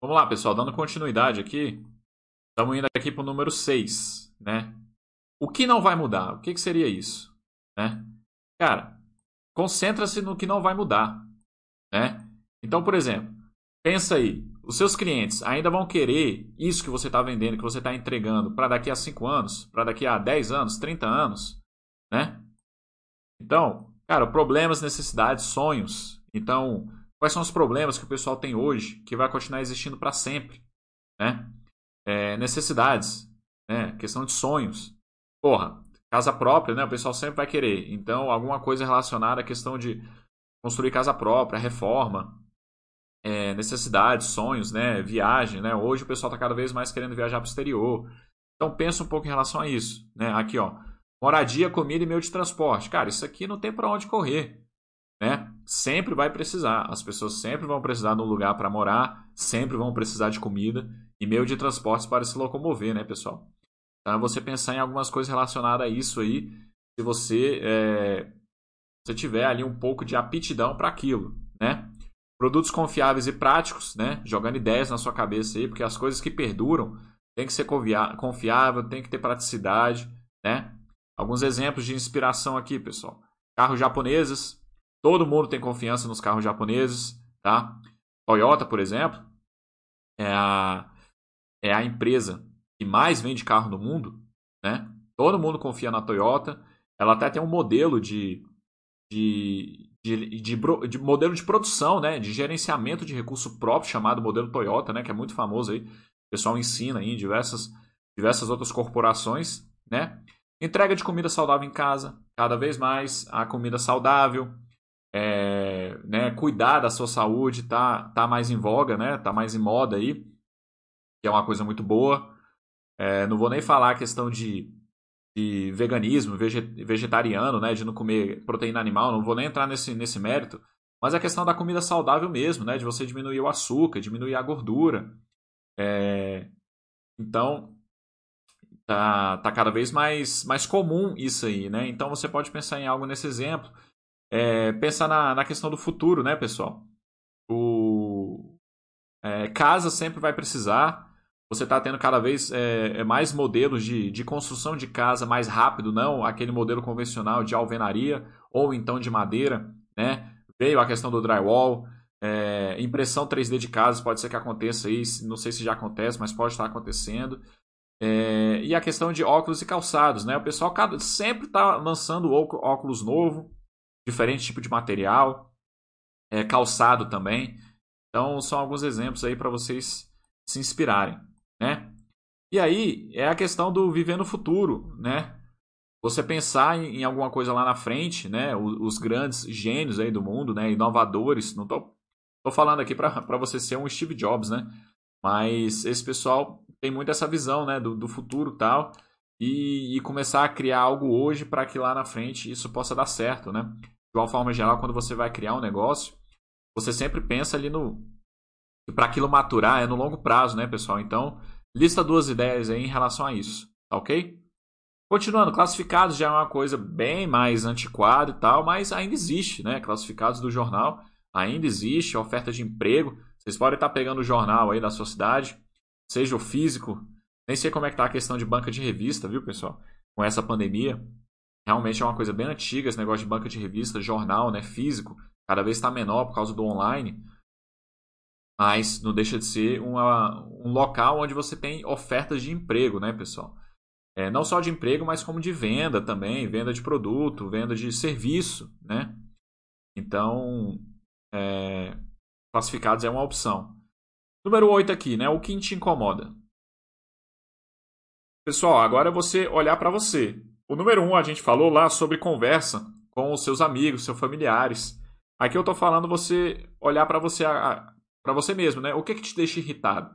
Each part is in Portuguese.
Vamos lá, pessoal, dando continuidade aqui. Estamos indo aqui para o número 6, né? O que não vai mudar? O que seria isso? Né? Cara, concentra-se no que não vai mudar, né? Então, por exemplo, pensa aí, os seus clientes ainda vão querer isso que você está vendendo, que você está entregando para daqui a 5 anos, para daqui a 10 anos, 30 anos, né? Então, cara, problemas, necessidades, sonhos. Então, quais são os problemas que o pessoal tem hoje que vai continuar existindo para sempre, né? Necessidades, né? Questão de sonhos. Porra, casa própria, né? O pessoal sempre vai querer. Então, alguma coisa relacionada à questão de construir casa própria, reforma, necessidades, sonhos, né? Viagem, né? Hoje o pessoal está cada vez mais querendo viajar para o exterior. Então, pensa um pouco em relação a isso, né? Aqui, ó. Moradia, comida e meio de transporte. Cara, isso aqui não tem para onde correr, né? Sempre vai precisar. As pessoas sempre vão precisar de um lugar para morar, sempre vão precisar de comida e meio de transportes para se locomover, né, pessoal? Então, é você pensar em algumas coisas relacionadas a isso aí, se você tiver ali um pouco de aptidão para aquilo, né? Produtos confiáveis e práticos, né? Jogando ideias na sua cabeça aí, porque as coisas que perduram tem que ser confiável, tem que ter praticidade, né? Alguns exemplos de inspiração aqui, pessoal. Carros japoneses. Todo mundo tem confiança nos carros japoneses, tá? Toyota, por exemplo, é a, é a empresa que mais vende carro no mundo, né? Todo mundo confia na Toyota. Ela até tem um modelo de modelo de produção, né? De gerenciamento de recurso próprio chamado modelo Toyota, né? Que é muito famoso aí. O pessoal ensina aí em diversas outras corporações, né? Entrega de comida saudável em casa, cada vez mais a comida saudável, né, cuidar da sua saúde tá mais em voga, né, tá mais em moda aí, que é uma coisa muito boa. Não vou nem falar a questão de veganismo, vegetariano, né, de não comer proteína animal, não vou nem entrar nesse mérito, mas a questão da comida saudável mesmo, né, de você diminuir o açúcar, diminuir a gordura. Então, tá cada vez mais comum isso aí, né? Então você pode pensar em algo nesse exemplo. Pensar na questão do futuro, né, pessoal? O, Casa sempre vai precisar. Você está tendo cada vez mais modelos de construção de casa mais rápido, não aquele modelo convencional de alvenaria ou então de madeira, né? Veio a questão do drywall, impressão 3D de casas pode ser que aconteça aí, não sei se já acontece, mas pode estar acontecendo. E a questão de óculos e calçados, né? O pessoal sempre está lançando óculos novo, diferente tipo de material, calçado também. Então, são alguns exemplos aí para vocês se inspirarem, né? E aí é a questão do viver no futuro, né? Você pensar em alguma coisa lá na frente, né? Os grandes gênios aí do mundo, né? Inovadores. Não tô falando aqui para você ser um Steve Jobs, né? Mas esse pessoal tem muito essa visão, né? Do futuro e tal. E começar a criar algo hoje para que lá na frente isso possa dar certo, né? De uma forma geral, quando você vai criar um negócio, você sempre pensa ali no para aquilo maturar é no longo prazo, né, pessoal? Então, lista duas ideias aí em relação a isso, tá ok? Continuando, classificados já é uma coisa bem mais antiquada e tal, mas ainda existe, né? Classificados do jornal ainda existe, oferta de emprego. Vocês podem estar pegando o jornal aí da sua cidade, seja o físico. Nem sei como é que tá a questão de banca de revista, viu, pessoal? Com essa pandemia. Realmente é uma coisa bem antiga esse negócio de banca de revista, jornal, né? Físico. Cada vez está menor por causa do online. Mas não deixa de ser um local onde você tem ofertas de emprego, né, pessoal? Não só de emprego, mas como de venda também, venda de produto, venda de serviço, né? Então, é, classificados é uma opção. Número 8 aqui, né? O que te incomoda? Pessoal, agora é você olhar para você. O número 1 a gente falou lá sobre conversa com os seus amigos, seus familiares. Aqui eu tô falando você olhar para você mesmo, né? O que te deixa irritado?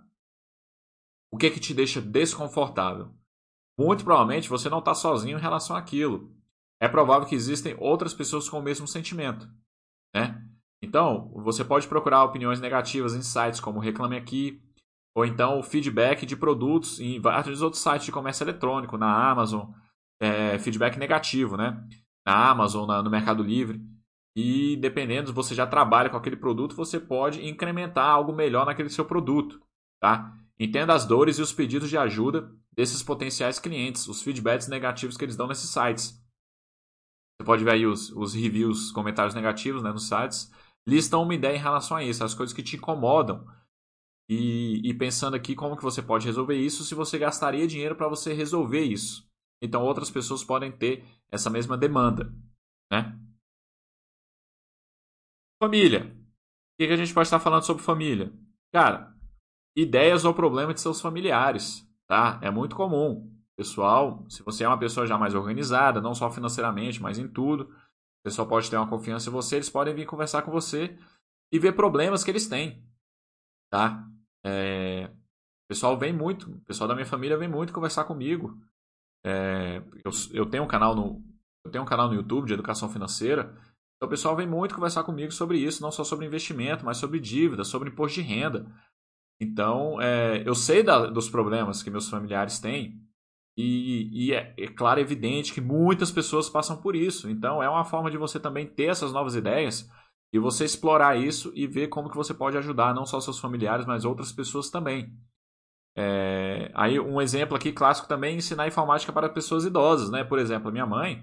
O que te deixa desconfortável? Muito provavelmente você não está sozinho em relação àquilo. É provável que existem outras pessoas com o mesmo sentimento, né? Então, você pode procurar opiniões negativas em sites como Reclame Aqui, ou então feedback de produtos em vários outros sites de comércio eletrônico, na Amazon, feedback negativo, né? Na Amazon, no Mercado Livre. E dependendo se você já trabalha com aquele produto, você pode incrementar algo melhor naquele seu produto, tá? Entenda as dores e os pedidos de ajuda desses potenciais clientes, os feedbacks negativos que eles dão nesses sites. Você pode ver aí os reviews, comentários negativos, né, nos sites. Listam uma ideia em relação a isso, as coisas que te incomodam. E pensando aqui como que você pode resolver isso, se você gastaria dinheiro para você resolver isso. Então outras pessoas podem ter essa mesma demanda, né? Família. O que a gente pode estar falando sobre família? Cara, ideias ou problemas de seus familiares, tá? É muito comum. Pessoal, se você é uma pessoa já mais organizada, não só financeiramente, mas em tudo, o pessoal pode ter uma confiança em você, eles podem vir conversar com você e ver problemas que eles têm, tá? O pessoal vem muito, o pessoal da minha família vem muito conversar comigo. Eu tenho um canal no YouTube de educação financeira. Então o pessoal vem muito conversar comigo sobre isso, não só sobre investimento, mas sobre dívida, sobre imposto de renda. Então, eu sei dos problemas que meus familiares têm e é claro, é evidente que muitas pessoas passam por isso. Então, é uma forma de você também ter essas novas ideias e você explorar isso e ver como que você pode ajudar não só seus familiares, mas outras pessoas também. Aí um exemplo aqui clássico também é ensinar informática para pessoas idosas, né? Por exemplo, a minha mãe,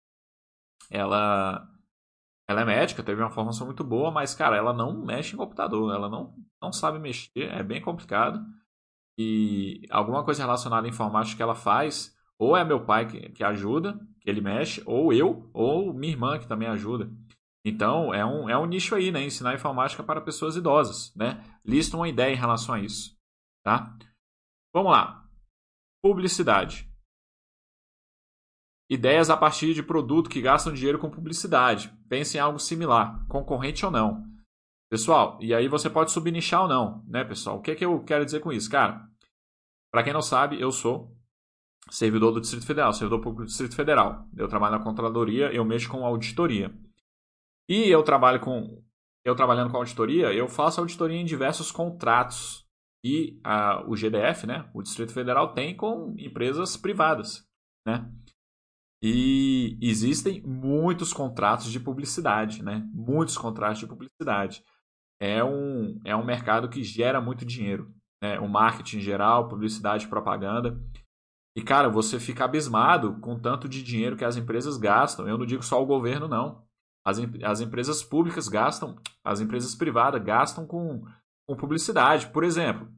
ela ela é médica, teve uma formação muito boa, mas, cara, ela não mexe em computador, ela não sabe mexer, é bem complicado. E alguma coisa relacionada à informática que ela faz, ou é meu pai que ajuda, que ele mexe, ou eu, ou minha irmã que também ajuda. Então, é um nicho aí, né? Ensinar informática para pessoas idosas, né? Lista uma ideia em relação a isso, tá? Vamos lá. Publicidade. Ideias a partir de produto que gastam dinheiro com publicidade. Pense em algo similar, concorrente ou não. Pessoal, e aí você pode subnichar ou não, né, pessoal? O que é que eu quero dizer com isso? Cara, para quem não sabe, eu sou servidor do Distrito Federal, servidor público do Distrito Federal. Eu trabalho na controladoria, eu mexo com auditoria. E eu trabalhando com auditoria, eu faço auditoria em diversos contratos que o GDF, né, o Distrito Federal tem com empresas privadas, né? E existem muitos contratos de publicidade, né? Muitos contratos de publicidade. É um mercado que gera muito dinheiro, né? O marketing em geral, publicidade, propaganda. E, cara, você fica abismado com o tanto de dinheiro que as empresas gastam. Eu não digo só o governo, não. As empresas públicas gastam, as empresas privadas gastam com publicidade. Por exemplo,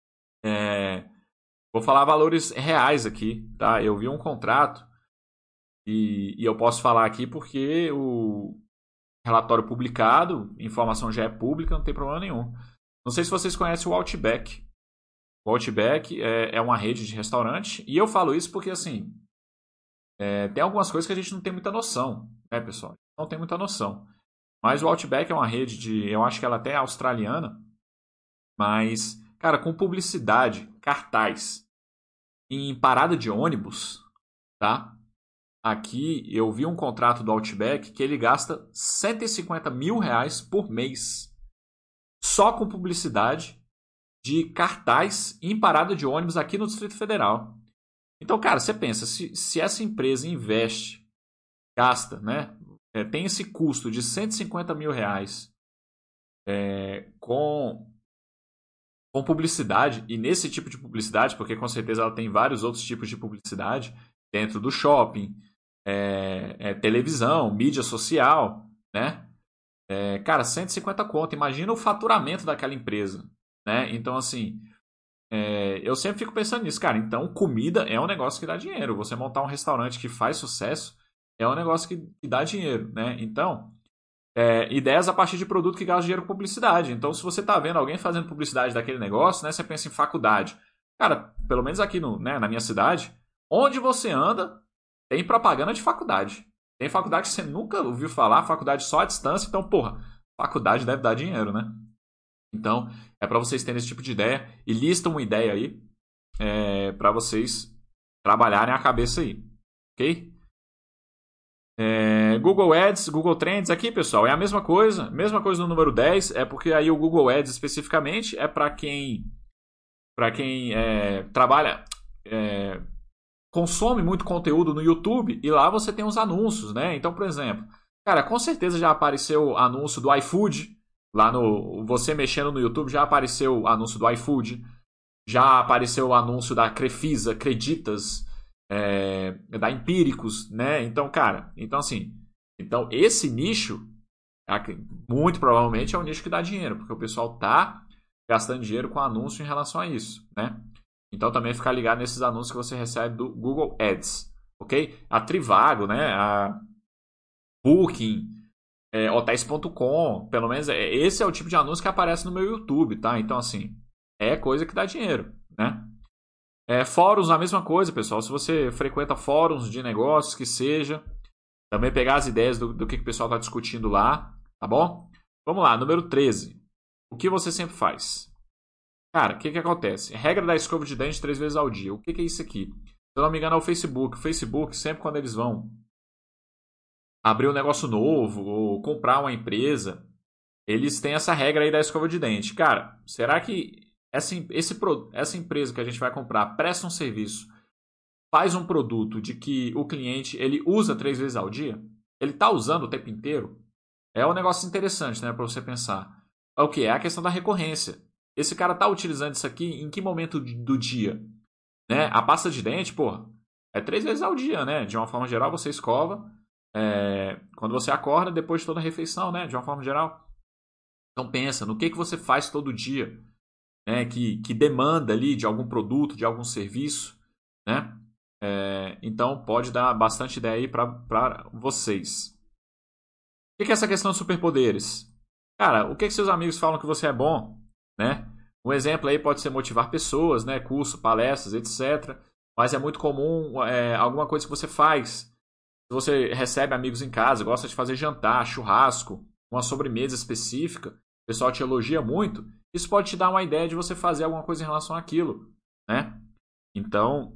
vou falar valores reais aqui, tá? Eu vi um contrato e eu posso falar aqui porque o relatório publicado, informação já é pública, não tem problema nenhum. Não sei se vocês conhecem o Outback. O Outback é uma rede de restaurante. E eu falo isso porque, assim, tem algumas coisas que a gente não tem muita noção, né, pessoal? Não tem muita noção. Mas o Outback é uma rede eu acho que ela até é australiana. Mas, cara, com publicidade, cartaz, em parada de ônibus, tá? Aqui eu vi um contrato do Outback que ele gasta 150 mil reais por mês só com publicidade de cartaz em parada de ônibus aqui no Distrito Federal. Então, cara, você pensa, se essa empresa investe, gasta, né? Tem esse custo de 150 mil reais com publicidade, e nesse tipo de publicidade, porque com certeza ela tem vários outros tipos de publicidade dentro do shopping, televisão, mídia social, né? Cara, 150 conto. Imagina o faturamento daquela empresa, né? Então, assim, eu sempre fico pensando nisso, cara. Então, comida é um negócio que dá dinheiro. Você montar um restaurante que faz sucesso é um negócio que dá dinheiro, né? Então, ideias a partir de produto que gasta dinheiro com publicidade. Então, se você está vendo alguém fazendo publicidade daquele negócio, né? Você pensa em faculdade. Cara, pelo menos aqui na minha cidade, onde você anda, tem propaganda de faculdade. Tem faculdade que você nunca ouviu falar, faculdade só à distância. Então, porra, faculdade deve dar dinheiro, né? Então, é para vocês terem esse tipo de ideia. E lista uma ideia aí para vocês trabalharem a cabeça aí. Ok? Google Ads, Google Trends aqui, pessoal, é a mesma coisa no número 10, é porque aí o Google Ads especificamente é para quem trabalha, consome muito conteúdo no YouTube e lá você tem os anúncios, né? Então, por exemplo, cara, com certeza já apareceu anúncio do iFood, você mexendo no YouTube já apareceu anúncio do iFood, Já apareceu o anúncio da Crefisa, Creditas, da Empíricos, né? Então, cara, então assim, então esse nicho, muito provavelmente é o nicho que dá dinheiro, porque o pessoal tá gastando dinheiro com anúncio em relação a isso, né? Então também ficar ligado nesses anúncios que você recebe do Google Ads, ok? A Trivago, né? A Booking, hotéis.com, pelo menos esse é o tipo de anúncio que aparece no meu YouTube, tá? Então assim, é coisa que dá dinheiro, né? Fóruns, a mesma coisa, pessoal. Se você frequenta fóruns de negócios, que seja, também pegar as ideias do que o pessoal está discutindo lá, tá bom? Vamos lá, número 13. O que você sempre faz? Cara, o que acontece? Regra da escova de dente 3 vezes ao dia. O que é isso aqui? Se eu não me engano, é o Facebook. O Facebook, sempre quando eles vão abrir um negócio novo ou comprar uma empresa, eles têm essa regra aí da escova de dente. Cara, será que essa empresa que a gente vai comprar presta um serviço, faz um produto de que o cliente ele usa 3 vezes ao dia? Ele está usando o tempo inteiro? É um negócio interessante, né, para você pensar. É o que? É a questão da recorrência. Esse cara está utilizando isso aqui em que momento do dia? Né? A pasta de dente, pô, é 3 vezes ao dia, né? De uma forma geral, você escova quando você acorda, depois de toda a refeição, né? De uma forma geral. Então pensa no que você faz todo dia, né? Que demanda ali de algum produto, de algum serviço, né? Então pode dar bastante ideia aí para vocês. O que é essa questão de superpoderes? Cara, o que seus amigos falam que você é bom, né? Um exemplo aí pode ser motivar pessoas, né? Curso, palestras, etc. Mas é muito comum alguma coisa que você faz. Se você recebe amigos em casa, gosta de fazer jantar, churrasco, uma sobremesa específica, o pessoal te elogia muito, isso pode te dar uma ideia de você fazer alguma coisa em relação àquilo, né? Então,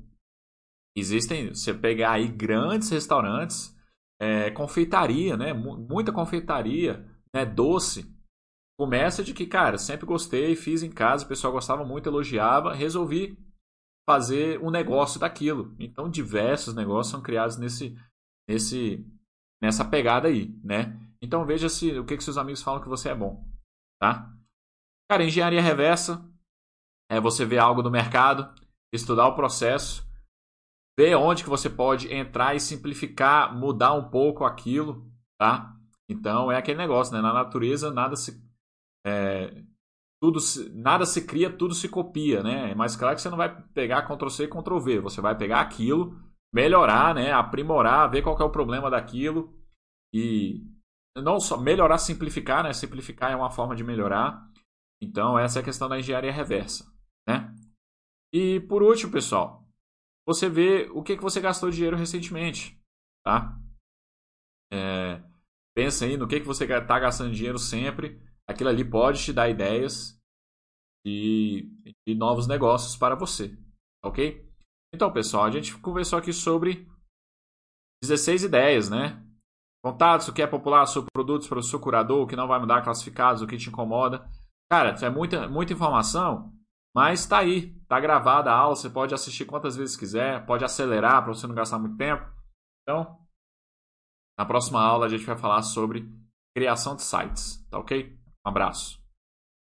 você pegar aí grandes restaurantes, confeitaria, né? Muita confeitaria, né? Doce. Começa de que, cara, sempre gostei, fiz em casa, o pessoal gostava muito, elogiava, resolvi fazer um negócio daquilo. Então, diversos negócios são criados nesse, nessa pegada aí, né? Então, veja se o que seus amigos falam que você é bom, tá? Cara, engenharia reversa é você ver algo no mercado, estudar o processo, ver onde que você pode entrar e simplificar, mudar um pouco aquilo, tá? Então, é aquele negócio, né? Na natureza, nada se cria, tudo se copia, né? Mas claro que você não vai pegar Ctrl+C e Ctrl+V, você vai pegar aquilo, melhorar, né? Aprimorar, ver qual que é o problema daquilo e não só melhorar, simplificar, né? Simplificar é uma forma de melhorar. Então, essa é a questão da engenharia reversa, né? E por último, pessoal, você vê o que você gastou de dinheiro recentemente, tá? Pensa aí no que você está gastando dinheiro sempre. Aquilo ali pode te dar ideias de novos negócios para você, ok? Então, pessoal, a gente conversou aqui sobre 16 ideias, né? Contatos, o que é popular, subprodutos para o seu curador, o que não vai mudar, classificados, o que te incomoda. Cara, isso é muita informação, mas tá aí, tá gravada a aula, você pode assistir quantas vezes quiser, pode acelerar para você não gastar muito tempo. Então, na próxima aula a gente vai falar sobre criação de sites, tá ok? Um abraço.